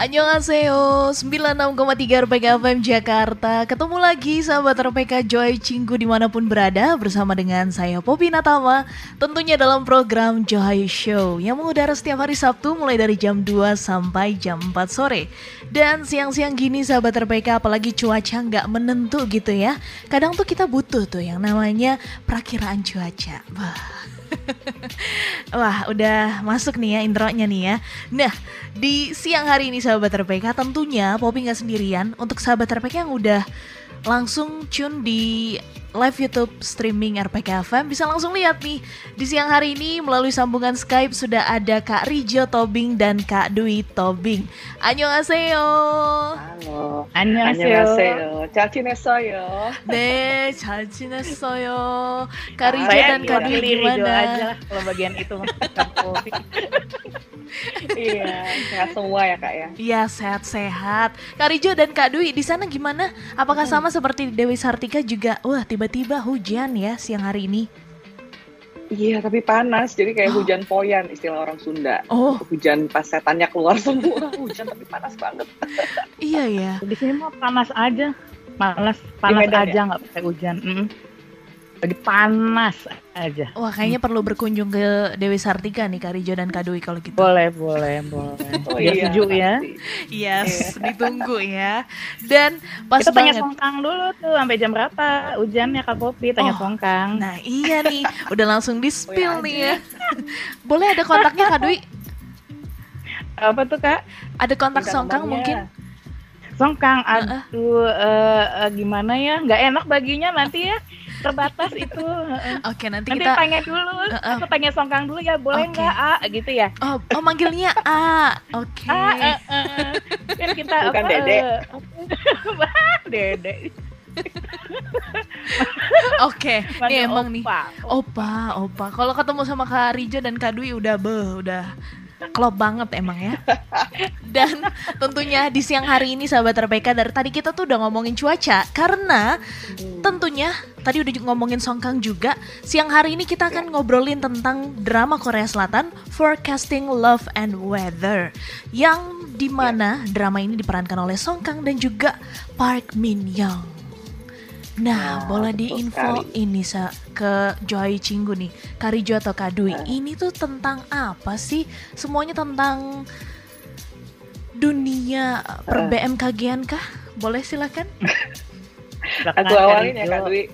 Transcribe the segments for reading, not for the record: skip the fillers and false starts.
Annyeonghaseyo, 96,3 RPK FM Jakarta. Ketemu lagi sahabat RPK Joy Cinggu dimanapun berada, bersama dengan saya Poppy Natama. Tentunya dalam program Joy Show yang mengudara setiap hari Sabtu mulai dari jam 2 sampai jam 4 sore. Dan siang-siang gini sahabat RPK, apalagi cuaca nggak menentu gitu ya, kadang tuh kita butuh tuh yang namanya perakiraan cuaca. Wah, udah masuk nih ya intronya nih ya. Nah, di siang hari ini sahabat RPK, tentunya Poppy gak sendirian. Untuk sahabat RPK yang udah langsung tune di live YouTube streaming RPK FM, bisa langsung lihat nih. Di siang hari ini melalui sambungan Skype sudah ada Kak Rijo Tobing dan Kak Dwi Tobing. Annyeonghaseyo. Halo. Annyeonghaseyo. 잘 지냈어요? 네, 잘 지냈어요. Kak Rijo Saya dan Kak Dwi Rijo gimana? aja lah kalau bagian itu. Iya, sehat semua ya Kak ya. Iya, sehat-sehat. Kak Rijo dan Kak Dwi di sana gimana? Apakah sama seperti Dewi Sartika juga? Wah, tiba-tiba hujan ya siang hari ini. Iya, tapi panas, jadi kayak hujan poyan istilah orang Sunda. Oh. Hujan pas setannya keluar semua, hujan tapi panas banget. Iya ya. Di sini mah panas aja. Panas Medan aja nggak pakai hujan. Lagi panas aja. Wah, kayaknya perlu berkunjung ke Dewi Sartika nih Kak Rijo dan Kak Dwi kalau gitu. Boleh. Oh Biar sejuk ya. pasti. Yes, ditunggu ya. Dan pas Kita tanya banget. Songkang dulu tuh sampai jam berapa hujannya Kak Poppy, tanya Oh. Songkang. Nah, iya nih, udah langsung di-spill Oh, ya nih ya. Boleh ada kontaknya Kak Dwi? Apa tuh Kak? Ada kontak Minta Songkang nomornya. mungkin? Songkang, aduh, gimana ya? Nggak enak baginya nanti ya, terbatas itu. Oke, nanti Nanti kita tanya dulu, aku tanya Songkang dulu ya, boleh Oke. nggak gitu ya? Oh manggilnya A. Oke. Kan kita Bukan Dede. Dede. Oke, nih Manggil emang nih. Opa. Opa. Kalau ketemu sama Kak Rijo dan Kak Dwi udah klop banget emang ya. Dan tentunya di siang hari ini sahabat RPK, dari tadi kita tuh udah ngomongin cuaca. Karena tentunya tadi udah ngomongin Songkang juga. Siang hari ini kita akan ngobrolin tentang drama Korea Selatan Forecasting Love and Weather, yang dimana drama ini diperankan oleh Songkang dan juga Park Min Young. Nah, boleh betul diinfoin nih ke Joy Cinggu nih, Kak Rijo atau Kak Dwi, ini tuh tentang apa sih? Semuanya tentang dunia per BMKG-an kah? Boleh silakan. Aku awalin ya Kak Dwi.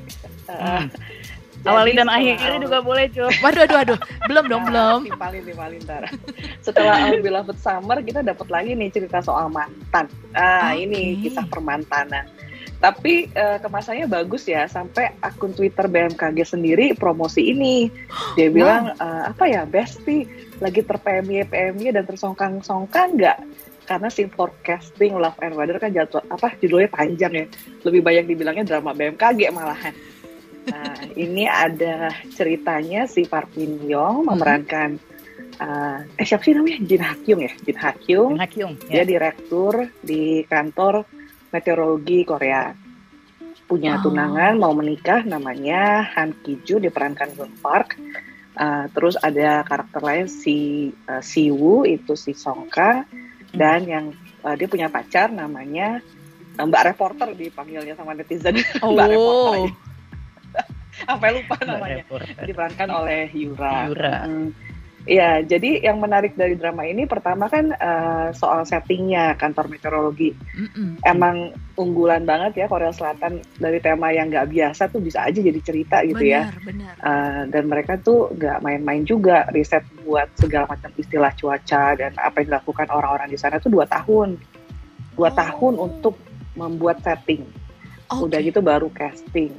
Awalin dan Jadi akhirnya juga boleh, Jo. Waduh. Belum dong, belum. Timpalin ntar. Setelah Our Beloved Summer, kita dapat lagi nih cerita soal mantan. Ini kisah permantanan. Tapi kemasannya bagus ya, sampai akun Twitter BMKG sendiri promosi ini. Dia bilang, Besti, lagi terPMI dan tersongkang-songkang nggak? Karena si Forecasting Love and Weather kan judulnya panjang ya. Lebih banyak dibilangnya drama BMKG malahan. Nah, ini ada ceritanya si Park Min Young memerankan siapa sih namanya? Jin Ha-kyung ya? Jin Ha-kyung. Dia direktur di kantor meteorologi Korea. Punya tunangan, mau menikah, namanya Han Ki-ju, diperankan Yoon Park. Terus ada karakter lain si Siwoo, itu si Songkang. Dan yang dia punya pacar namanya Mbak Reporter, dipanggilnya sama netizen. Mbak Reporter aja. Sampai lupa namanya. Diperankan oleh Yura. Ya, jadi yang menarik dari drama ini pertama kan soal settingnya, kantor meteorologi. Emang unggulan banget ya Korea Selatan, dari tema yang nggak biasa tuh bisa aja jadi cerita gitu ya. Benar. Dan mereka tuh nggak main-main juga, riset buat segala macam istilah cuaca dan apa yang dilakukan orang-orang di sana tuh 2 tahun. 2 tahun untuk membuat setting. Udah gitu baru casting.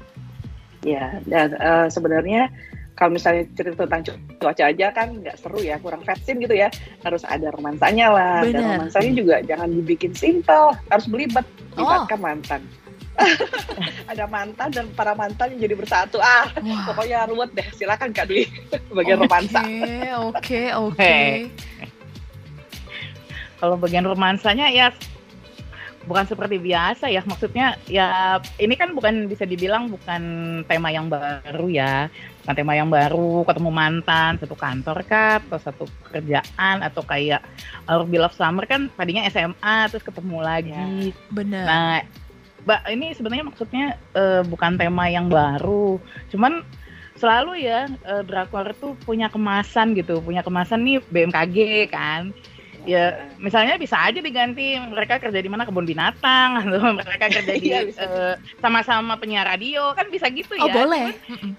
Ya, dan sebenarnya kalau misalnya cerita tentang cuaca aja kan nggak seru ya, kurang vetsin gitu ya. Harus ada romansanya lah. Bener. Dan romansanya juga jangan dibikin simpel, harus belibet. Libatkan mantan. Ada mantan dan para mantan yang jadi bersatu. Pokoknya ruwet deh. Silakan Kak Dwi bagian romansa. Oke. Kalau bagian romansanya ya bukan seperti biasa ya, maksudnya ya ini kan bisa dibilang bukan tema yang baru ya, bukan tema yang baru, ketemu mantan satu kantor kah atau satu pekerjaan atau kayak Our Beloved Summer kan tadinya SMA terus ketemu lagi. Bener. Nah, ini sebenarnya maksudnya bukan tema yang baru, cuman selalu ya drakor tuh punya kemasan gitu, punya kemasan nih BMKG kan. Ya misalnya bisa aja diganti mereka kerja di mana, kebun binatang atau mereka kerja di sama-sama penyiar radio kan bisa gitu ya. Oh boleh.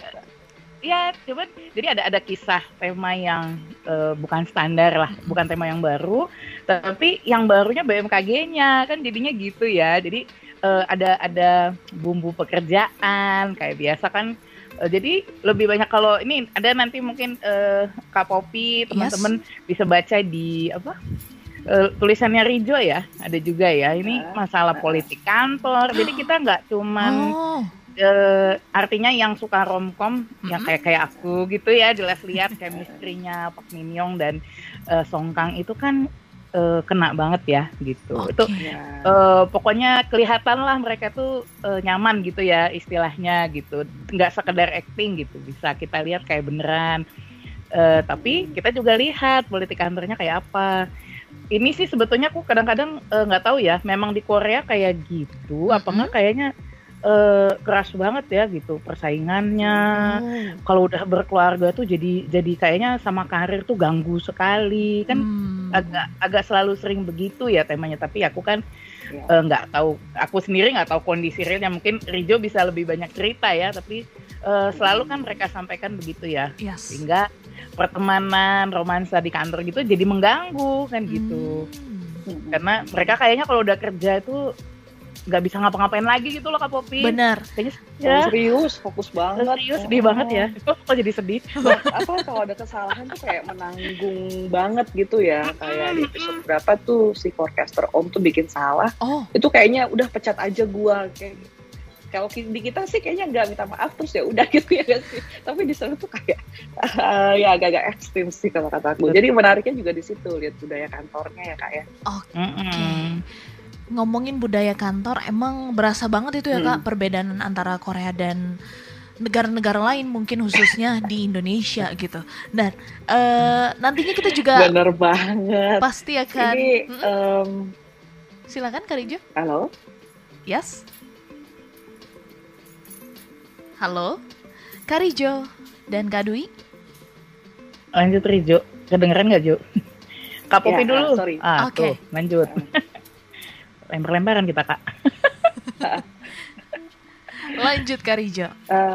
Ya cuman jadi ada kisah tema yang bukan standar lah, bukan tema yang baru, tapi yang barunya BMKG-nya kan jadinya gitu ya. Jadi ada bumbu pekerjaan kayak biasa kan. Jadi lebih banyak kalau ini ada nanti mungkin Kak Popi teman-teman bisa baca di tulisannya Rijo ya, ada juga ya ini masalah politik kantor. Jadi kita nggak cuman artinya yang suka romcom yang kayak aku gitu ya, jelas lihat chemistry-nya Pak Min Young dan Song Kang itu kan kena banget ya gitu. Itu pokoknya kelihatan lah mereka tuh nyaman gitu ya istilahnya gitu. Nggak sekedar acting gitu, bisa kita lihat kayak beneran. Tapi kita juga lihat politik kantornya kayak apa. Ini sih sebetulnya aku kadang-kadang nggak tahu ya, memang di Korea kayak gitu, apa nggak kayaknya keras banget ya gitu persaingannya. Kalau udah berkeluarga tuh jadi kayaknya sama karir tuh ganggu sekali kan. Agak selalu sering begitu ya temanya, tapi aku kan nggak tahu, aku sendiri nggak tahu kondisi realnya, mungkin Rijo bisa lebih banyak cerita ya, tapi selalu kan mereka sampaikan begitu ya, sehingga pertemanan romansa di kantor gitu jadi mengganggu kan gitu, karena mereka kayaknya kalau udah kerja itu nggak bisa ngapa-ngapain lagi gitu loh Kak Popi. Benar. Kayaknya serius, fokus banget. Serius, sedih banget ya. Kok jadi sedih? Kalau ada kesalahan tuh kayak menanggung banget gitu ya. Kayak di episode berapa tuh si forecaster Om tuh bikin salah. Itu kayaknya udah pecat aja gua. Kayak kalau di kita sih kayaknya nggak minta maaf terus ya udah gitu ya sih. Tapi di sana tuh kayak ya agak-agak ekstrim sih kalau kataku. Jadi menariknya juga di situ, lihat budaya kantornya ya Kak ya. Ngomongin budaya kantor, emang berasa banget itu ya Kak, perbedaan antara Korea dan negara-negara lain, mungkin khususnya di Indonesia gitu. Dan nantinya kita juga bener banget pasti akan ini, silakan Kak Rijo. Halo. Yes. Halo Kak Rijo dan Kak Dwi. Lanjut Rijo, kedengeran nggak Jo? Kak Popi dulu. Sorry. Oke. Lanjut. Lempar-lemparan kita Kak. Lanjut Kak Rijo.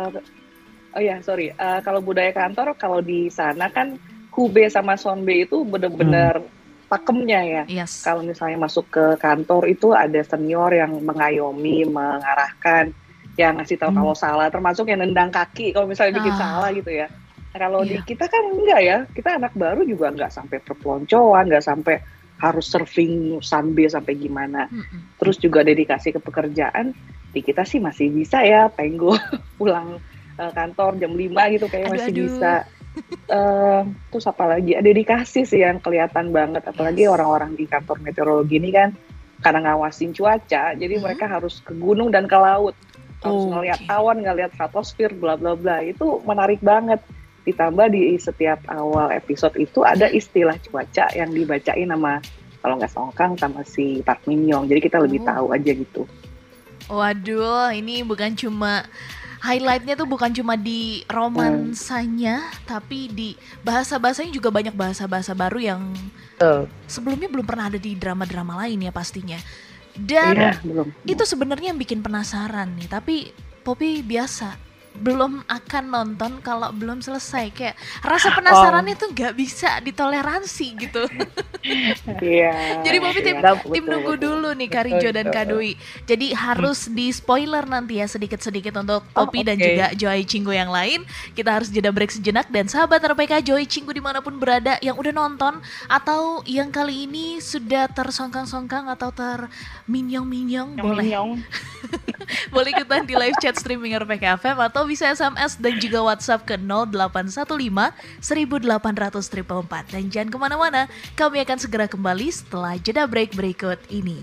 Kalau budaya kantor, kalau di sana kan Hube sama Sonbe itu benar-benar pakemnya ya. Yes. Kalau misalnya masuk ke kantor itu ada senior yang mengayomi, mengarahkan, yang ngasih tahu kalau salah, termasuk yang nendang kaki kalau misalnya bikin salah gitu ya. Nah, kalau di kita kan enggak ya, kita anak baru juga enggak sampai perpeloncoan, enggak sampai harus surfing sunbe sampai gimana. Terus juga dedikasi ke pekerjaan, di kita sih masih bisa ya, tenggo pulang kantor jam 5 gitu kayak masih bisa. Terus apalagi dedikasi sih yang kelihatan banget, apalagi orang-orang di kantor meteorologi ini kan karena ngawasin cuaca, jadi mereka harus ke gunung dan ke laut, harus ngeliat awan, ngeliat stratosfer, bla bla bla. Itu menarik banget. Ditambah di setiap awal episode itu ada istilah cuaca yang dibacain sama, kalau nggak Song Kang sama si Park Min Young, jadi kita lebih tahu aja gitu. Waduh, ini bukan cuma highlightnya tuh bukan cuma di romansanya, tapi di bahasa-bahasanya juga banyak bahasa-bahasa baru yang sebelumnya belum pernah ada di drama-drama lain ya pastinya. Dan itu sebenarnya yang bikin penasaran nih, tapi Popi biasa belum akan nonton kalau belum selesai, kayak rasa penasaran itu nggak bisa ditoleransi gitu. Jadi Popi tim nunggu dulu nih Kak Rijo dan Kak Dwi. Jadi harus di spoiler nanti ya sedikit-sedikit untuk Popi dan juga Joy Cinggu yang lain. Kita harus jeda break sejenak, dan sahabat RPK Joy Cinggu dimanapun berada yang udah nonton atau yang kali ini sudah tersongkang-songkang atau terminyong-minyong boleh Boleh ikutan di live chat streaming RPK FM atau bisa SMS dan juga WhatsApp ke 0815 1800 444. Dan jangan kemana-mana, kami akan segera kembali setelah jeda break berikut ini.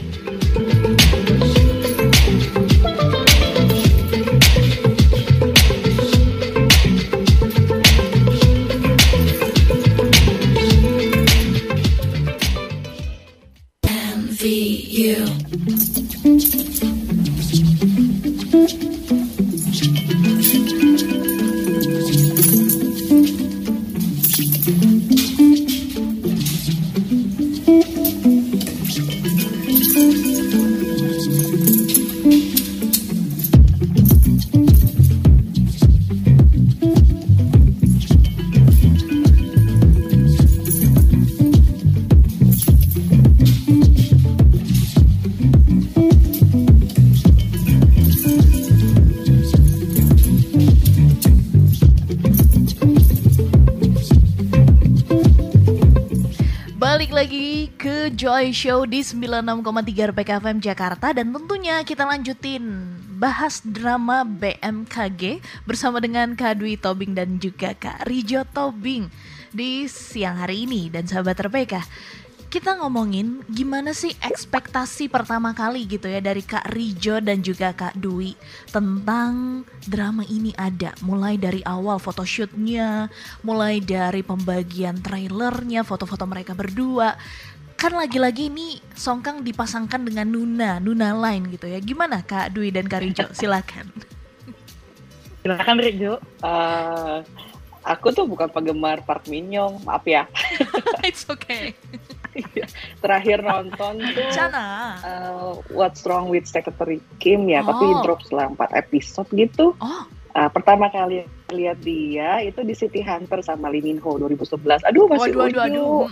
MVU. Lagi ke Joy Show di 96,3 RPK FM Jakarta. Dan tentunya kita lanjutin bahas drama BMKG bersama dengan Kak Dwi Tobing dan juga Kak Rijo Tobing di siang hari ini. Dan sahabat RPK, kita ngomongin gimana sih ekspektasi pertama kali gitu ya dari Kak Rijo dan juga Kak Dwi tentang drama ini ada. Mulai dari awal photoshootnya, mulai dari pembagian trailernya, foto-foto mereka berdua. Kan lagi-lagi ini Songkang dipasangkan dengan Nuna lain gitu ya. Gimana Kak Dwi dan Kak Rijo? Silakan. Silakan Rijo. Aku tuh bukan penggemar Park Min Young, maaf ya. It's okay. Terakhir nonton tuh What's Wrong with Secretary Kim ya, tapi drop setelah 4 episode gitu. Pertama kali lihat dia itu di City Hunter sama Lee Min Ho 2011. Aduh masih lucu.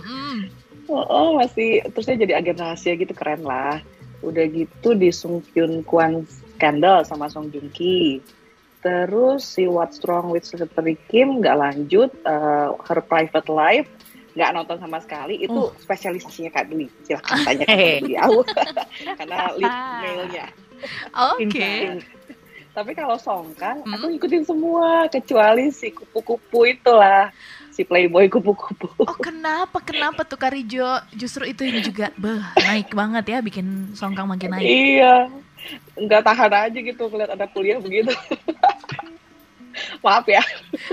Masih terusnya jadi agen rahasia gitu, keren lah. Udah gitu di Sung Kyun Kwan Scandal sama Song Joong Ki. Terus si What's Wrong with Secretary Kim nggak lanjut, Her Private Life nggak nonton sama sekali. Itu spesialisasinya Kak Dwi, silahkan tanya ke beliau karena lead male-nya. Oke. Tapi kalau Songkang, aku ikutin semua kecuali si kupu-kupu itulah, si Playboy kupu-kupu. Kenapa tuh Kak Rijo? Justru itu yang juga naik banget ya, bikin Songkang makin naik. Iya, nggak tahan aja gitu ngeliat anak kuliah begitu. Maaf ya.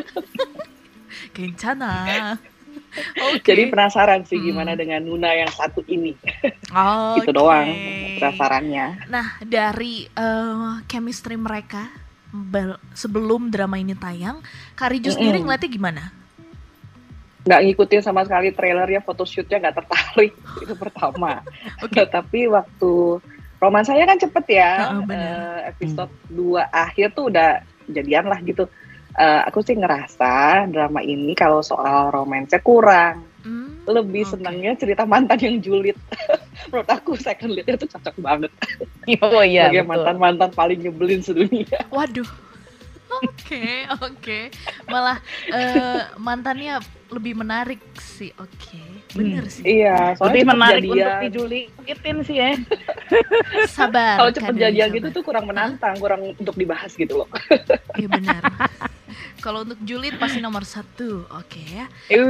Kencana. Jadi penasaran sih gimana dengan Nuna yang satu ini. Itu doang penasarannya. Nah, dari chemistry mereka sebelum drama ini tayang, Kak Rijo sendiri ngeliatnya gimana? Nggak ngikutin sama sekali trailernya, photoshootnya nggak tertarik. Itu pertama. Tapi waktu romansanya kan cepet ya. Episode 2 akhir tuh udah jadian lah gitu. Aku sih ngerasa drama ini kalau soal romansnya kurang. Lebih senangnya cerita mantan yang julid. Menurut aku second lead-nya tuh cocok banget. Oh iya, sebagai mantan-mantan paling nyebelin sedunia. Waduh. Oke. Malah mantannya lebih menarik sih. Bener sih. Iya, soalnya lebih menarik jadian. untuk dijulitin sih ya. Sabar. Kalau cepet jadian gitu tuh kurang menantang, kurang untuk dibahas gitu loh. Iya benar. Kalau untuk julid pasti nomor 1, oke ya.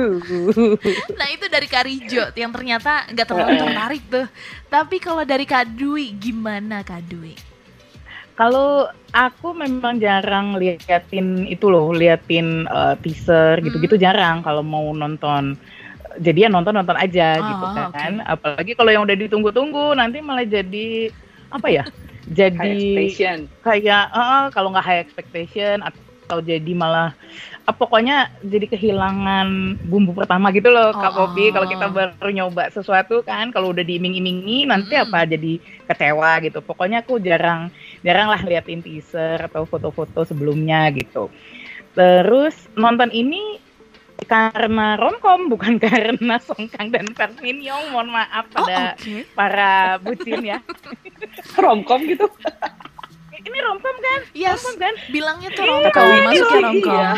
Nah itu dari Kak Rijo yang ternyata nggak terlalu tertarik tuh. Tapi kalau dari Kak Dwi, gimana Kak Dwi? Kalau aku memang jarang liatin teaser gitu-gitu, jarang kalau mau nonton. Jadi ya nonton aja gitu kan. Apalagi kalau yang udah ditunggu-tunggu nanti malah jadi apa ya? Jadi kayak kalau nggak high expectation atau jadi malah pokoknya jadi kehilangan bumbu pertama gitu loh Kak Poppy. Kalau kita baru nyoba sesuatu kan, kalau udah diiming-imingi nanti jadi kecewa gitu. Pokoknya aku jarang lah liatin teaser atau foto-foto sebelumnya gitu. Terus nonton ini karena romcom, bukan karena Songkang dan Park Min Young. Mohon maaf pada para bucin ya. Romcom gitu. Ini romcom kan? Yes. Romcom kan? Bilangnya tuh romcom, masuknya romcom.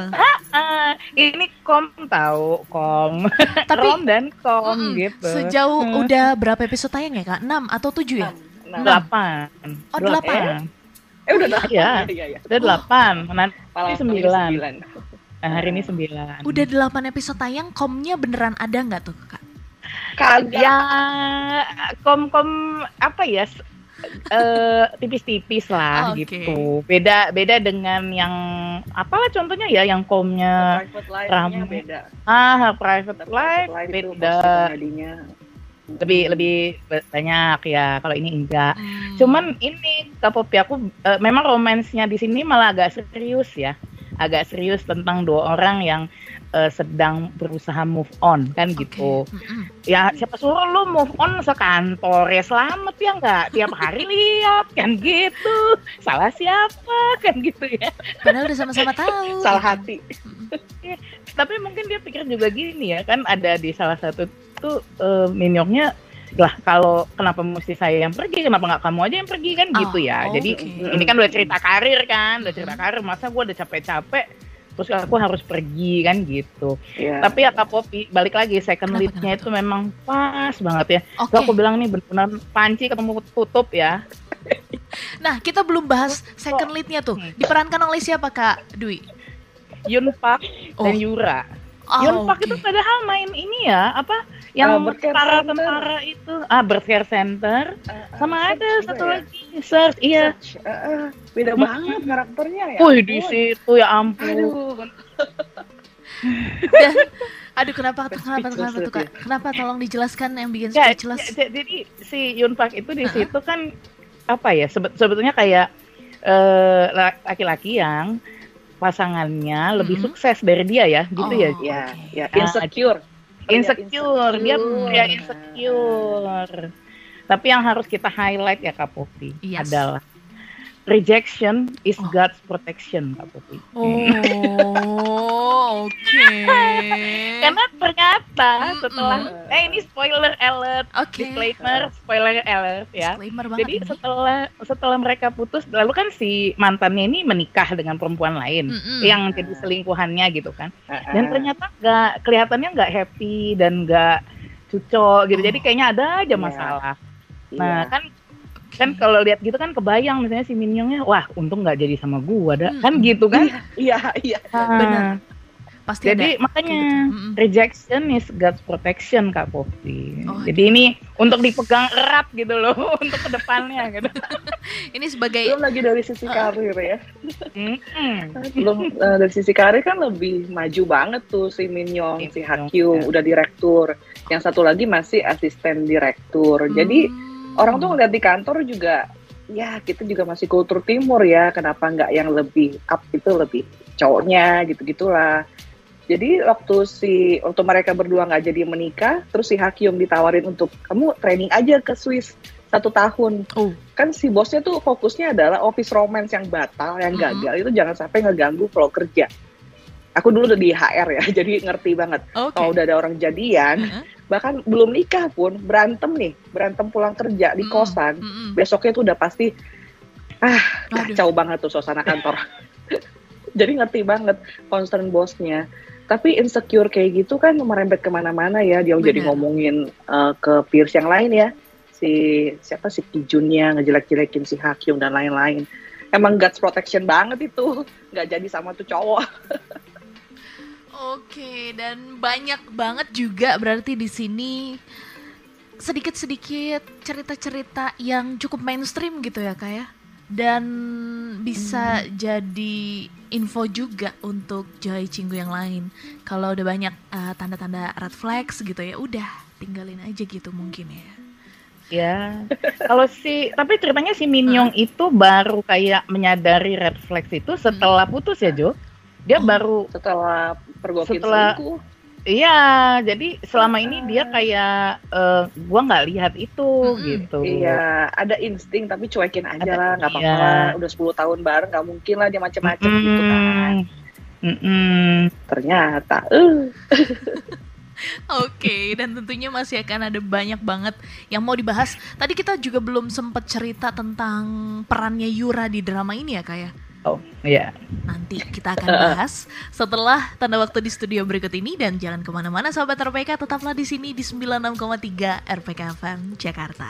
Ini kom tahu, kom. Tapi rom dan kom gitu. Sejauh udah berapa episode tayang ya Kak? 6 atau 7 ya? 8. Oh, 8. Udah 8. Iya. Iya. Udah 8. Nanti Malah 9. Nah, hari ini 9. Udah 8 episode tayang, komnya beneran ada nggak tuh, Kak? Kagak. Ya, kom apa ya? Tipis-tipis lah Oke. gitu. Beda dengan yang apalah contohnya ya, yang komnya Private life-nya rame. beda. Private life itu beda. pasti komedinya. Lebih banyak ya. Kalau ini enggak. Cuman ini Kak Popi, aku memang romansnya di sini malah agak serius ya. Agak serius tentang 2 orang yang sedang berusaha move on kan gitu. Ya siapa suruh lu move on sekantor, ya selamat ya enggak tiap hari lihat kan gitu. Salah siapa kan gitu ya. Padahal udah sama-sama tahu. Salah hati. Tapi mungkin dia pikir juga gini ya, kan ada di salah satu tuh Minyongnya lah, kalau kenapa mesti saya yang pergi, kenapa nggak kamu aja yang pergi kan gitu ya. Jadi ini kan udah cerita karir kan, masa gue udah capek-capek terus aku harus pergi kan gitu. Yeah. Tapi ya Kak Popi, balik lagi second lead-nya itu memang pas banget ya. So, aku bilang nih benar-benar panci ketemu tutup ya. Nah, kita belum bahas second lead-nya tuh. Diperankan oleh siapa, Kak Dwi? Yun Park dan Yura. Yun Park itu padahal main ini ya, apa yang tentara itu, Birthcare Center, sama ada satu lagi Search, iya. Beda banget karakternya ya. Wih, di situ ya ampun. Aduh, kenapa tuh Kak? Kenapa, tolong dijelaskan yang bikin Ya, speechless? jadi si Yun Park itu di situ kan apa ya? Sebetulnya kayak laki-laki yang pasangannya lebih sukses dari dia ya, gitu ya. Ya, insecure. Dia pria insecure. Tapi yang harus kita highlight ya Kak Popi adalah rejection is God's protection, Kak Popi. Oke. Karena ternyata setelah ini spoiler alert, disclaimer, spoiler alert ya. Jadi setelah mereka putus, lalu kan si mantannya ini menikah dengan perempuan lain yang jadi selingkuhannya gitu kan. Dan ternyata kelihatannya nggak happy dan nggak cocok gitu. Jadi kayaknya ada aja masalah. Nah kan kalau lihat gitu kan kebayang misalnya si Minyongnya, wah untung nggak jadi sama gua dah, kan gitu kan? Iya. Benar. Pasti jadi ada. Makanya rejection is God's protection Kak Popi. Jadi ini untuk dipegang erat gitu loh untuk kedepannya gitu. Ini sebagai belum lagi dari sisi karir ya. Belum dari sisi karir kan lebih maju banget tuh si Minyong, si Hakyung udah direktur, yang satu lagi masih asisten direktur. Jadi orang tuh ngeliat di kantor juga, ya kita juga masih kultur timur ya, kenapa nggak yang lebih up itu lebih cowoknya gitu-gitulah. Jadi waktu mereka berdua nggak jadi menikah, terus si Hakyung ditawarin untuk kamu training aja ke Swiss 1 tahun. Kan si bosnya tuh fokusnya adalah office romance yang batal, yang gagal itu jangan sampai ngeganggu flow kerja. Aku dulu udah di HR ya, jadi ngerti banget. Kalau udah ada orang jadian, bahkan belum nikah pun berantem pulang kerja di kosan, besoknya tuh udah pasti kacau banget tuh suasana kantor. Jadi ngerti banget concern bosnya. Tapi insecure kayak gitu kan merembet kemana-mana ya, dia jadi ngomongin ke peers yang lain ya, si Kijunnya ngejelek-jelekin si Hakyung dan lain-lain. Emang God's protection banget itu, nggak jadi sama tuh cowok. Oke, dan banyak banget juga berarti di sini sedikit-sedikit cerita-cerita yang cukup mainstream gitu ya Kak ya. Dan bisa jadi info juga untuk Jai Cinggu yang lain. Kalau udah banyak tanda-tanda red flags gitu ya, udah tinggalin aja gitu mungkin ya. Ya, tapi ceritanya si Minyong itu baru kayak menyadari red flags itu setelah putus ya Jo. Dia baru setelah pergokin selingkuh. Iya, jadi selama ini dia kayak gua nggak lihat itu gitu. Iya, ada insting tapi cuekin aja lah, nggak apa-apa lah. Udah 10 tahun bareng, nggak mungkin lah dia macem-macem gitu kan. Ternyata. Oke, dan tentunya masih akan ada banyak banget yang mau dibahas. Tadi kita juga belum sempat cerita tentang perannya Yura di drama ini ya Kak ya. Oh, iya. Nanti kita akan bahas setelah tanda waktu di studio berikut ini. Dan jangan kemana-mana sahabat RPK, tetaplah di sini di 96,3 RPK FM Jakarta.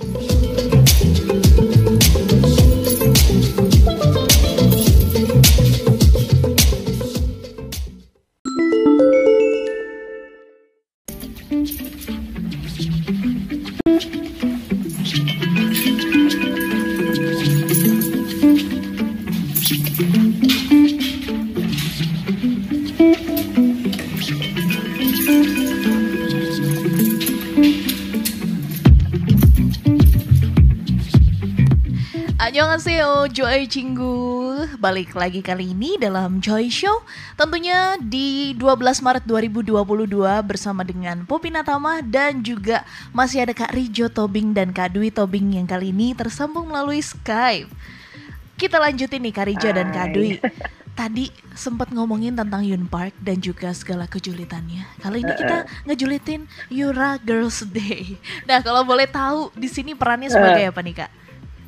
Annyeonghaseyo, Joy Cinggu. Balik lagi kali ini dalam Joy Show. Tentunya di 12 Maret 2022 bersama dengan Poppy Natama. Dan juga masih ada Kak Rijo Tobing dan Kak Dwi Tobing yang kali ini tersambung melalui Skype. Kita lanjutin nih Kak Rijo dan Kak Dwi. Tadi sempat ngomongin tentang Yun Park dan juga segala kejulitannya. Kali ini kita ngejulitin Yura Girls Day. Nah, kalau boleh tahu di sini perannya sebagai apa nih Kak?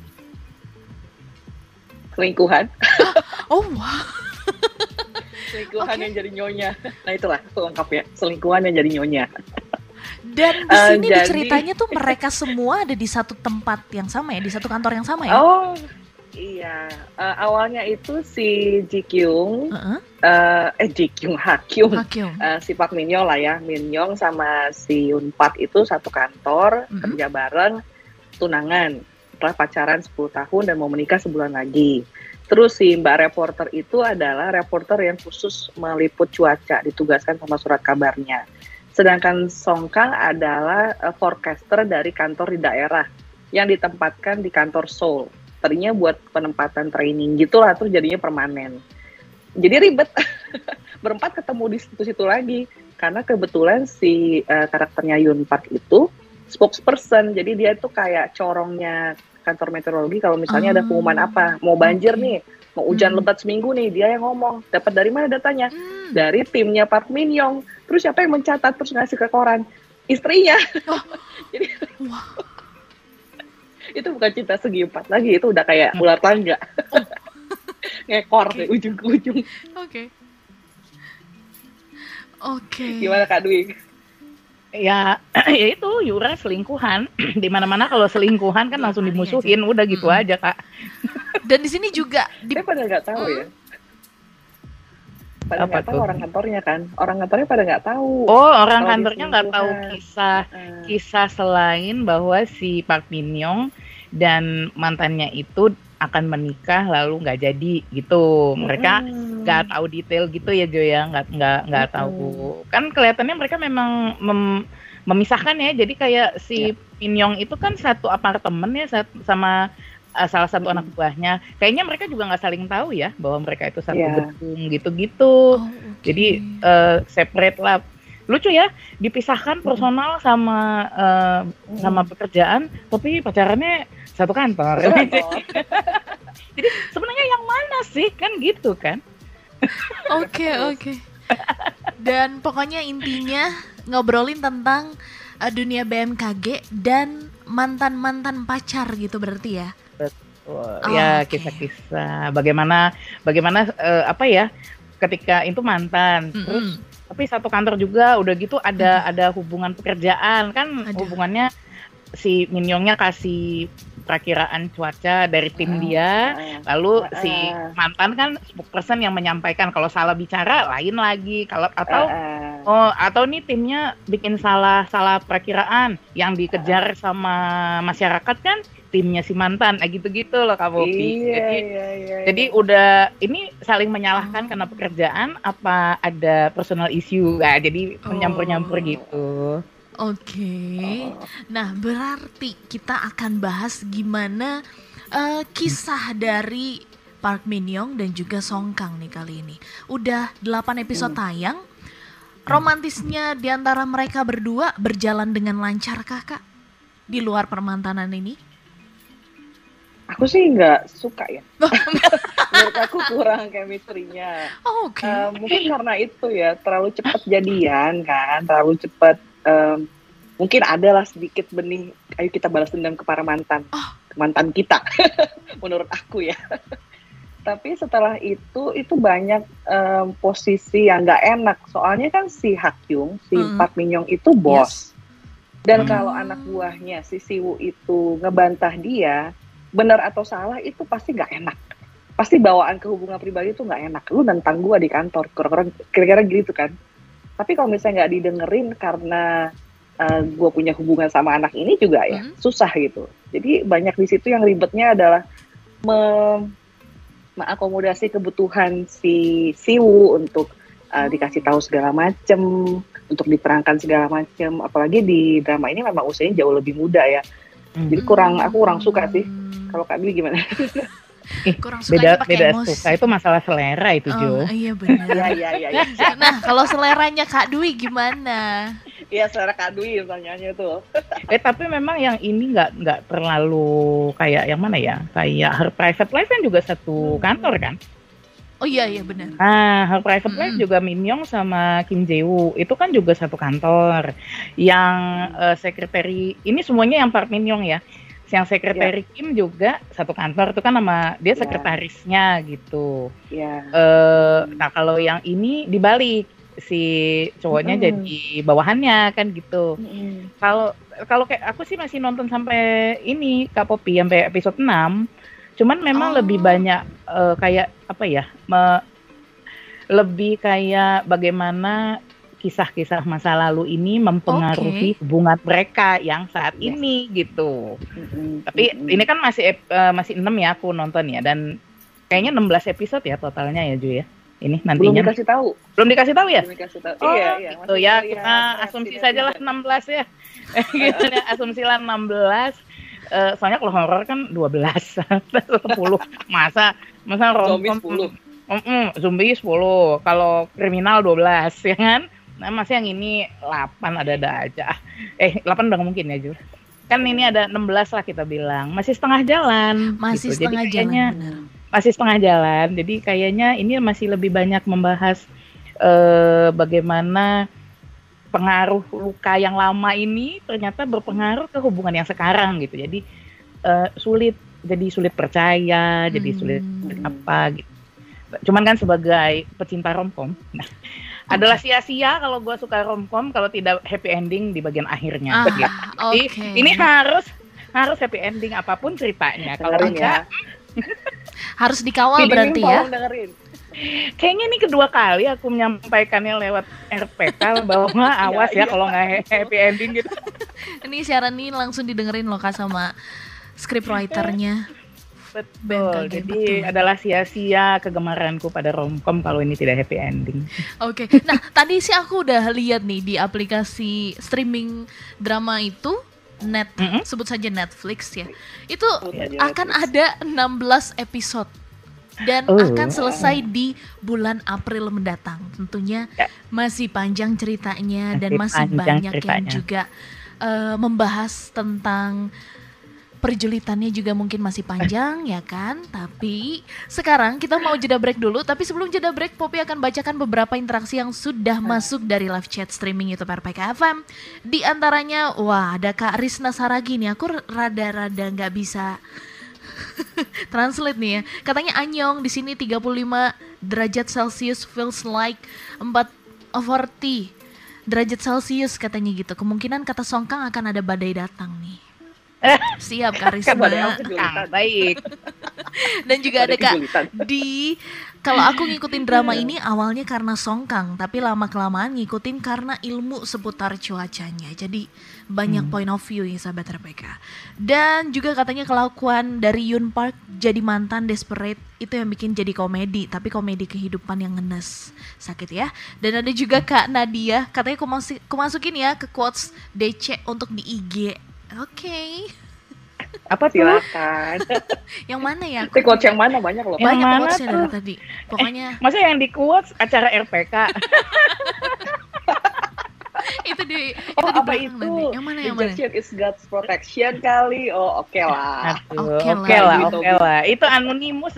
Selingkuhan. Oh wow. Selingkuhan yang jadi nyonya. Nah itulah lengkap ya. Selingkuhan yang jadi nyonya. Dan di sini ceritanya tuh mereka semua ada di satu tempat yang sama ya, di satu kantor yang sama ya. Oh iya. Awalnya itu si Ji Kyung, Ji Kyung Hakyung, si Park Min Young lah ya. Min Young sama si Yun Park itu satu kantor, kerja bareng, tunangan. Setelah pacaran 10 tahun dan mau menikah sebulan lagi. Terus si Mbak reporter itu adalah reporter yang khusus meliput cuaca, ditugaskan sama surat kabarnya. Sedangkan Song Kang adalah forecaster dari kantor di daerah yang ditempatkan di kantor Seoul. Tadinya buat penempatan training gitulah, terus jadinya permanen. Jadi ribet. Berempat ketemu di situ-situ lagi. Karena kebetulan si karakternya Yun Park itu spokesperson, jadi dia tuh kayak corongnya kantor meteorologi. Kalau misalnya ada pengumuman apa, mau banjir nih, mau hujan lebat seminggu nih, dia yang ngomong. Dapat dari mana datanya? Dari timnya Park Min Young. Terus siapa yang mencatat terus ngasih ke koran? Istrinya. Jadi itu bukan cinta segi empat lagi, itu udah kayak ular tangga. Ngekor dari ujung ke ujung. Oke. Gimana Kak Dwi? Ya itu Yura selingkuhan. Di mana-mana kalau selingkuhan kan langsung dimusuhin, udah gitu aja Kak. Dan di sini juga Saya pada nggak tahu ya. Pada nggak tahu orang kantornya kan. Orang kantornya pada nggak tahu. Oh, orang kantornya nggak tahu kisah selain bahwa si Park Min Young dan mantannya itu akan menikah lalu nggak jadi gitu. Mereka nggak tahu detail gitu ya Jo ya, nggak tahu. Kan kelihatannya mereka memang memisahkan ya. Jadi kayak si Min Young itu kan satu apartemen ya sama salah satu anak buahnya. Kayaknya mereka juga nggak saling tahu ya bahwa mereka itu satu gedung gitu-gitu. Jadi separate lah. Lucu ya, dipisahkan personal sama pekerjaan, tapi pacarannya satu kantor. Jadi sebenarnya yang mana sih kan gitu kan? Oke. Dan pokoknya intinya ngobrolin tentang dunia BMKG dan mantan pacar gitu berarti ya? Betul. Ya kisah-kisah bagaimana apa ya ketika itu mantan terus tapi satu kantor juga udah gitu ada hubungan pekerjaan kan hubungannya si Min Young-nya kasih perakiraan cuaca dari tim dia, lalu si mantan kan spokesperson yang menyampaikan kalau salah bicara lain lagi atau nih timnya bikin salah perakiraan yang dikejar sama masyarakat kan timnya si mantan gitu-gitu loh Kak Poppy. Jadi udah ini saling menyalahkan karena pekerjaan apa ada personal issue. Nah, jadi menyampur-nyampur gitu. Nah berarti kita akan bahas gimana kisah dari Park Min Young dan juga Song Kang nih kali ini. Udah 8 episode tayang. Romantisnya di antara mereka berdua berjalan dengan lancar Kak? Di luar permantanan ini? Aku sih nggak suka ya. Menurut aku kurang chemistry-nya. Mungkin karena itu ya, terlalu cepat jadian kan, terlalu cepat. Mungkin adalah sedikit benih, ayo kita balas dendam ke para mantan kita. Menurut aku ya. Tapi setelah itu banyak posisi yang nggak enak. Soalnya kan si Hakyung, si Park Min Young itu bos. Dan kalau anak buahnya si Siwoo itu ngebantah dia, benar atau salah itu pasti nggak enak. Pasti bawaan ke hubungan pribadi itu nggak enak. Lu nentang gua di kantor, kira-kira gitu kan. Tapi kalau misalnya nggak didengerin karena gue punya hubungan sama anak ini juga ya susah gitu. Jadi banyak di situ yang ribetnya adalah mengakomodasi kebutuhan si Siwoo untuk dikasih tahu segala macem, untuk diterangkan segala macem. Apalagi di drama ini memang usianya jauh lebih muda ya. Jadi aku kurang suka sih. Kalau Kak Dwi gimana? Kurang sukanya pakai beda emosi. Suka itu masalah selera itu, Jo. Iya benar. Iya. Nah, kalau seleranya Kak Dwi gimana? Iya, selera Kak Dwi pertanyaannya tuh. Tapi memang yang ini nggak terlalu kayak yang mana ya? Kayak Her Private Life kan juga satu kantor kan? Oh iya benar. Nah, Her Private Life juga Min Young sama Kim Jae-woo itu kan juga satu kantor. Yang sekretari ini semuanya yang Park Min Young ya. Yang sekretari Kim juga satu kantor itu kan sama dia sekretarisnya gitu. Nah kalau yang ini dibalik si cowoknya jadi bawahannya kan gitu. Kalau kayak aku sih masih nonton sampai ini Kak Poppy sampai episode 6. Cuman memang lebih banyak kayak apa ya? Lebih kayak bagaimana kisah-kisah masa lalu ini mempengaruhi hubungan mereka yang saat ini gitu. Tapi ini kan masih 6 ya aku nonton ya, dan kayaknya 16 episode ya totalnya ya Ju ya. Ini nantinya Belum dikasih tahu ya? Belum dikasih tahu. Iya, gitu ya. Kita asumsi sajalah 16 ya. Gitu ya, asumsilah 16. Soalnya kalau horor kan 12, 10. Masa zombie 10. Zombie 10. Kalau kriminal 12 ya kan? Nah, masih yang ini 8 ada aja. 8 udah gak mungkin ya, Jul. Kan ini ada 16 lah kita bilang. Masih setengah jalan. Masih gitu. setengah Jadi jalan, benar. Masih setengah jalan. Jadi kayaknya ini masih lebih banyak membahas bagaimana pengaruh luka yang lama ini ternyata berpengaruh ke hubungan yang sekarang gitu. Jadi sulit percaya, jadi sulit apa gitu. Cuman kan sebagai pecinta romcom, adalah sia-sia kalau gue suka romcom kalau tidak happy ending di bagian akhirnya. Jadi ini harus happy ending apapun ceritanya. Kalau enggak harus dikawal berarti ya. Kayaknya ini kedua kali aku menyampaikannya lewat RPK bahwa awas ya kalau nggak happy ending gitu. Ini siaran ini langsung didengerin loh Kak sama scriptwriter-nya. Betul, jadi adalah sia-sia kegemaranku pada romcom kalau ini tidak happy ending. Oke. Nah, tadi sih aku udah lihat nih di aplikasi streaming drama itu, sebut saja Netflix ya. Itu akan ada 16 episode dan akan selesai di bulan April mendatang. Tentunya masih panjang ceritanya dan masih banyak yang juga membahas tentang perjulitannya juga mungkin masih panjang ya kan. Tapi sekarang kita mau jeda break dulu. Tapi sebelum jeda break, Poppy akan bacakan beberapa interaksi yang sudah masuk dari live chat streaming YouTube RPK FM. Di antaranya, ada Kak Risna Saragi nih. Aku rada-rada nggak bisa translate nih ya. Katanya Anyong di sini 35 derajat Celcius feels like 40 derajat Celcius katanya gitu. Kemungkinan kata Songkang akan ada badai datang nih. Siap Kak Risma. Baik. Dan juga ada Kak di kalau aku ngikutin drama ini awalnya karena Songkang, tapi lama-kelamaan ngikutin karena ilmu seputar cuacanya. Jadi banyak point of view ya sahabat RPK. Dan juga katanya kelakuan dari Yoon Park jadi mantan desperate itu yang bikin jadi komedi, tapi komedi kehidupan yang ngenes. Sakit ya. Dan ada juga Kak Nadia, katanya aku masukin ya ke quotes DC untuk di IG. Oke. Apa tuh? Silakan. Yang mana ya? Quotes yang mana banyak loh. Banyak quotesnya dari tadi. Pokoknya. Masa yang di quotes acara RPK? itu di apa itu? Nanti. Yang mana? Rejection is God's protection kali. Oh oke lah. Oke lah. Itu anonimus.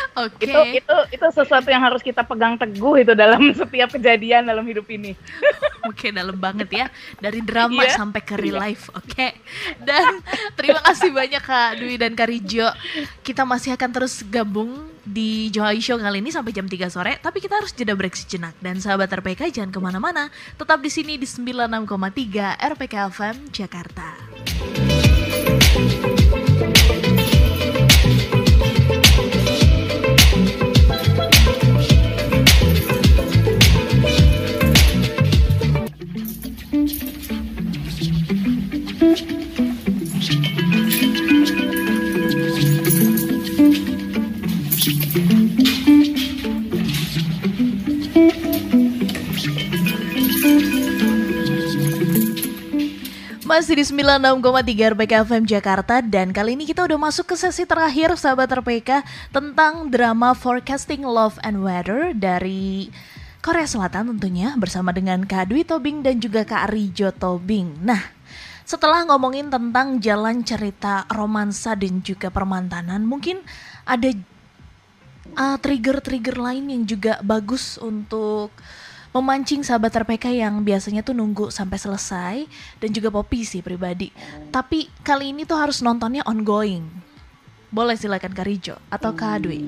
Oke. Itu sesuatu yang harus kita pegang teguh itu dalam setiap kejadian dalam hidup ini. Oke, dalam banget ya. Dari drama Iya. sampai ke real life. Oke. Dan terima kasih banyak Kak Dwi dan Kak Rijo. Kita masih akan terus gabung di Joy Show kali ini sampai jam 3 sore. Tapi kita harus jeda break sejenak. Dan sahabat RPK jangan kemana-mana. Tetap di sini di 96,3 RPK FM Jakarta. Masih di 96,3 RPK FM Jakarta dan kali ini kita udah masuk ke sesi terakhir sahabat RPK tentang drama Forecasting Love and Weather dari Korea Selatan tentunya bersama dengan Kak Dwi Tobing dan juga Kak Rijo Tobing. Nah, setelah ngomongin tentang jalan cerita romansa dan juga permantanan, mungkin ada trigger-trigger lain yang juga bagus untuk memancing sahabat RPK yang biasanya tuh nunggu sampai selesai dan juga Poppy sih pribadi. Tapi kali ini tuh harus nontonnya ongoing. Boleh silakan Kak Rijo atau Kak Dwi.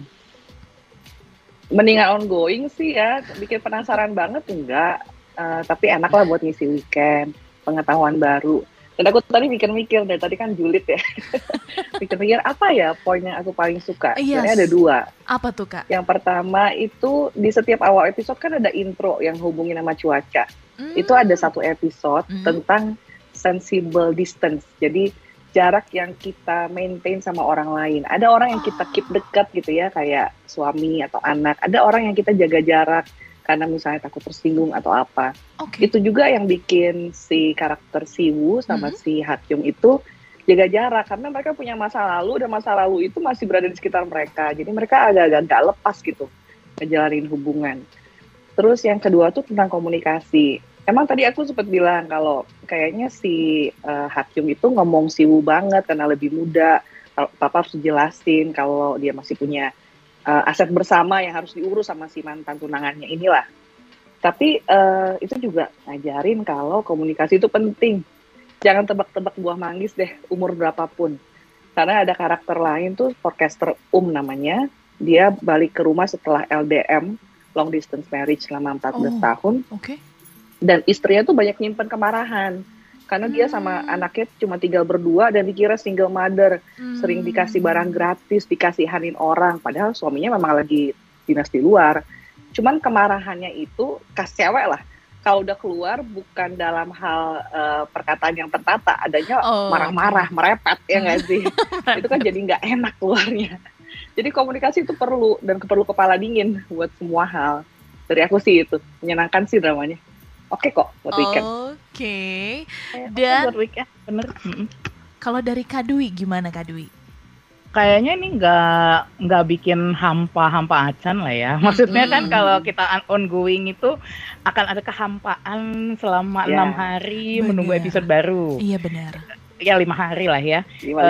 Mendingan ongoing sih ya, bikin penasaran banget enggak. Tapi enak lah buat ngisi weekend, pengetahuan baru. Dan aku tadi mikir-mikir, dari tadi kan julid ya. Mikir-mikir apa ya poin yang aku paling suka. Sebenarnya ada 2. Apa tuh Kak? Yang pertama itu di setiap awal episode kan ada intro yang hubungin sama cuaca. Itu ada satu episode tentang sensible distance. Jadi jarak yang kita maintain sama orang lain. Ada orang yang kita keep dekat gitu ya, kayak suami atau anak. Ada orang yang kita jaga jarak karena misalnya takut tersinggung atau apa. Itu juga yang bikin si karakter Siwoo sama si Hakyung itu jaga jarak karena mereka punya masa lalu dan masa lalu itu masih berada di sekitar mereka. Jadi mereka agak-agak gak lepas gitu ngejalanin hubungan. Terus yang kedua tuh tentang komunikasi. Emang tadi aku sempat bilang kalau kayaknya si Hakyung itu ngomong Siwoo banget karena lebih muda. Papa harus dijelasin kalau dia masih punya aset bersama yang harus diurus sama si mantan tunangannya inilah. Tapi itu juga ngajarin kalau komunikasi itu penting. Jangan tebak-tebak buah manggis deh umur berapapun. Karena ada karakter lain tuh forecaster namanya. Dia balik ke rumah setelah LDM, long distance marriage selama 14 tahun. Dan istrinya tuh banyak nyimpen kemarahan. Karena dia sama anaknya cuma tinggal berdua dan dikira single mother. Sering dikasih barang gratis, dikasihanin orang. Padahal suaminya memang lagi dinas di luar. Cuman kemarahannya itu khas cewek lah. Kalau udah keluar bukan dalam hal perkataan yang tertata. Adanya marah-marah, merepet ya nggak sih? Itu kan jadi nggak enak keluarnya. Jadi komunikasi itu perlu. Dan perlu kepala dingin buat semua hal. Dari aku sih itu. Menyenangkan sih dramanya. Oke kok buat weekend. Dan buat weekend, bener. Kalau dari Kak Dwi gimana Kak Dwi? Kayaknya ini nggak bikin hampa acan lah ya. Maksudnya kan kalau kita ongoing itu akan ada kehampaan selama 6 hari menunggu episode baru. Iya benar. Ya 5 hari lah ya.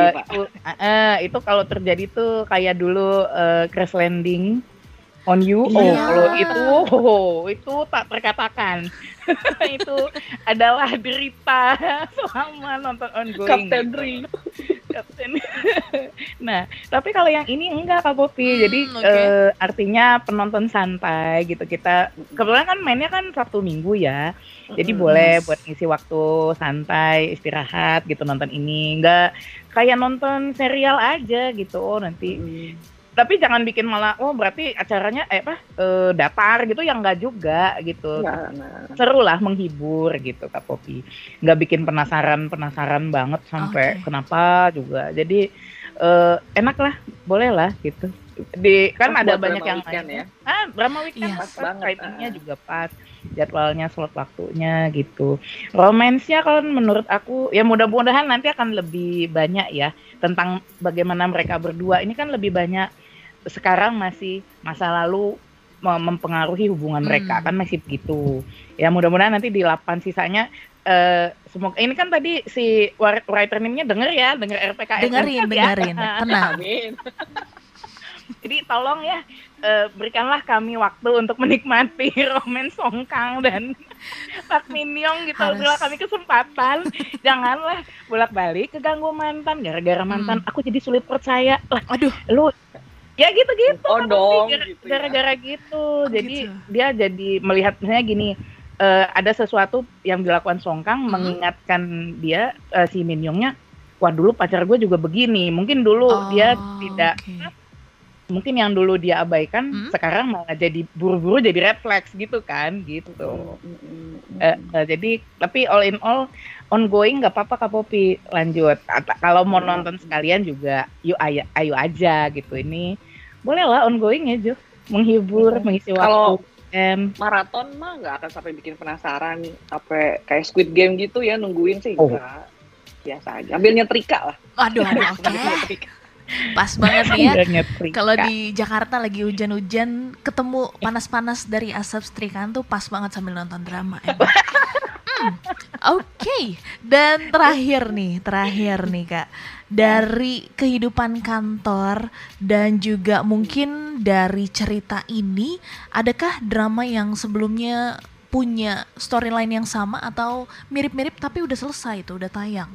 Itu kalau terjadi tuh kayak dulu Crash Landing on You. Kalau itu tak terkatakan. Itu adalah derita selama nonton ongoing. Kapten. Nah, tapi kalau yang ini enggak Kak Poppy. Jadi artinya penonton santai gitu. Kita kebetulan kan mainnya kan Sabtu Minggu ya. Jadi boleh buat ngisi waktu santai, istirahat gitu nonton ini. Enggak kayak nonton serial aja gitu. Nanti tapi jangan bikin malah berarti acaranya datar gitu yang enggak juga gitu. Seru lah, menghibur gitu Kak Poppy. Enggak bikin penasaran banget sampai kenapa juga. Jadi enak lah, boleh lah gitu. Kan ada banyak yang ya. Drama weekend pas banget. Timingnya juga pas, jadwalnya, slot waktunya gitu. Romansnya kalau menurut aku ya mudah-mudahan nanti akan lebih banyak ya tentang bagaimana mereka berdua. Ini kan lebih banyak sekarang masih masa lalu mempengaruhi hubungan mereka kan masih begitu. Ya mudah-mudahan nanti di 8 sisanya semoga ini kan tadi si writer name-nya denger RPK dengerin tenang. Amin. Jadi tolong ya berikanlah kami waktu untuk menikmati Roman Songkang dan Pak Minyong gitu. Harus. Bila kami kesempatan, janganlah bolak-balik keganggu mantan. Gara-gara mantan, aku jadi sulit percaya. Lah, Aduh, lu ya gitu-gitu. Oh Kak dong, Poppy. gitu ya. Gara-gara gitu. Jadi gitu. dia jadi melihat misalnya gini, ada sesuatu yang dilakukan Songkang mengingatkan dia si Minyongnya, wah dulu pacar gue juga begini. Mungkin dulu dia tidak, oke. mungkin yang dulu dia abaikan sekarang malah jadi buru-buru jadi red flags gitu kan, gitu. Jadi tapi all in all ongoing nggak apa-apa Kak Poppy, lanjut. Kalau mau nonton sekalian juga, yuk ayo aja gitu. Ini boleh lah ongoing ya, Jo. Menghibur, mengisi Kalau waktu. maraton mah nggak akan sampai bikin penasaran, sampai kayak Squid Game gitu ya, nungguin sih Oh. enggak. Biasa aja, ambil nyetrika lah. Aduh, oke. Ambil nyetrika. Pas banget nih ya. Udah nyetrika. Kalau di Jakarta lagi hujan-hujan, ketemu panas-panas dari asap setrikaan tuh pas banget sambil nonton drama. Emang. Oke. Dan terakhir nih Kak, dari kehidupan kantor dan juga mungkin dari cerita ini, adakah drama yang sebelumnya punya storyline yang sama atau mirip-mirip tapi udah selesai tuh, udah tayang?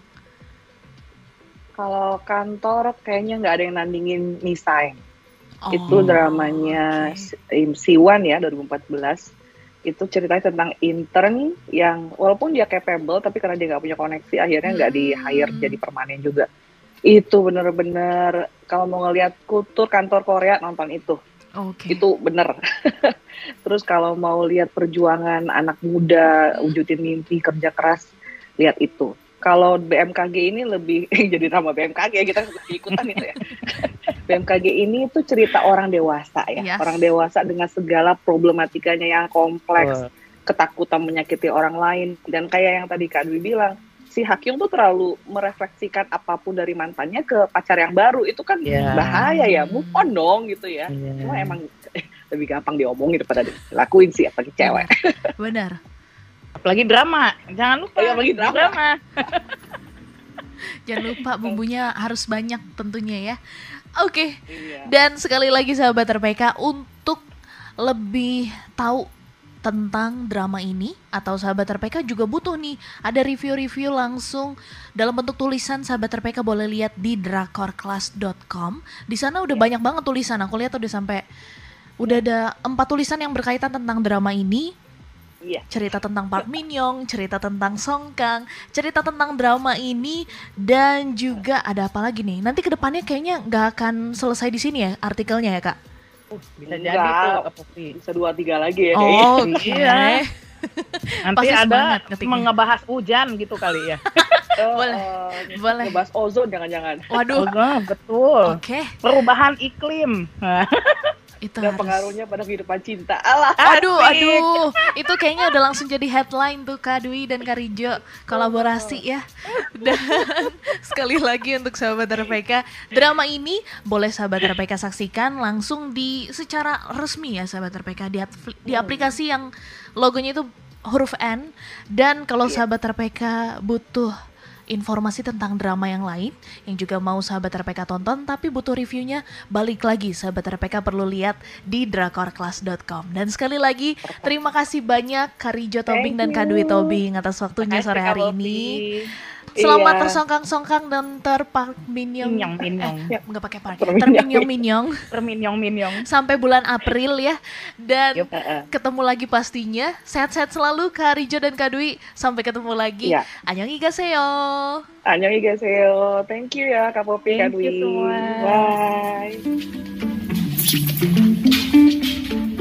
Kalau kantor kayaknya nggak ada yang nandingin Nisai. Oh, Itu dramanya oke. Siwan ya, 2014. Itu ceritanya tentang intern yang walaupun dia capable, tapi karena dia nggak punya koneksi, akhirnya nggak di-hire jadi permanen juga. Itu bener-bener, kalau mau ngelihat kultur kantor Korea, nonton itu. Oke. Itu bener. Terus kalau mau lihat perjuangan anak muda, wujudin mimpi, kerja keras, lihat itu. Kalau BMKG ini lebih jadi drama BMKG, kita ikutan itu ya. BMKG ini tuh cerita orang dewasa ya, Yes. orang dewasa dengan segala problematikanya yang kompleks, ketakutan menyakiti orang lain, dan kayak yang tadi Kak Dwi bilang, si Hakyung tuh terlalu merefleksikan apapun dari mantannya ke pacar yang baru, itu kan bahaya ya, move on dong gitu ya. Cuma emang lebih gampang diomongin daripada dilakuin sih, apalagi cewek. Benar. Apalagi drama, jangan lupa. Apalagi drama. Jangan lupa bumbunya harus banyak tentunya ya. Oke. Iya. Dan sekali lagi sahabat RPK, untuk lebih tahu tentang drama ini atau sahabat RPK juga butuh nih ada review-review langsung dalam bentuk tulisan, sahabat RPK boleh lihat di drakorclass.com. Di sana udah banyak banget tulisan. Aku lihat udah ada 4 tulisan yang berkaitan tentang drama ini. Iya. Cerita tentang Park Min-young, cerita tentang Song Kang, cerita tentang drama ini, dan juga ada apa lagi nih? Nanti kedepannya kayaknya nggak akan selesai di sini ya artikelnya ya Kak? Bisa jadi tuh Kak Poppy. Bisa 2-3 lagi ya Oh, kayaknya. oke. Iya. Nanti Pasti ada semangat ngetiknya. mengebahas hujan gitu kali ya. Boleh. Boleh. Ngebahas ozon jangan-jangan. Waduh, Betul. oke. Perubahan iklim. Itu Dan harus. pengaruhnya pada kehidupan cinta. Alah. Aduh, itu kayaknya udah langsung jadi headline tuh Kak Dwi dan Kak Rijo kolaborasi ya. Dan sekali lagi untuk sahabat RPK, drama ini boleh sahabat RPK saksikan langsung secara resmi ya sahabat RPK di aplikasi yang logonya itu huruf N. Dan kalau sahabat RPK butuh informasi tentang drama yang lain yang juga mau sahabat RPK tonton tapi butuh reviewnya, balik lagi sahabat RPK perlu lihat di drakorclass.com. Dan sekali lagi terima kasih banyak Kak Rijo Tobing dan Kak Dwi Tobing atas waktunya sore hari ini. Selamat Iya. tersongkang-songkang dan terpark Min-young. Min-young. Nggak pakai park ya. Termin-young. Terminyong-minyong. Sampai bulan April ya. Dan Yup. ketemu lagi pastinya. Sehat-sehat selalu Kak Rijo dan Kak Dwi. Sampai ketemu lagi. Iya. Annyeonghaseyo. Annyeonghaseyo. Thank you ya Kak Poppy, Kak Thank you Dwi. semua. Bye.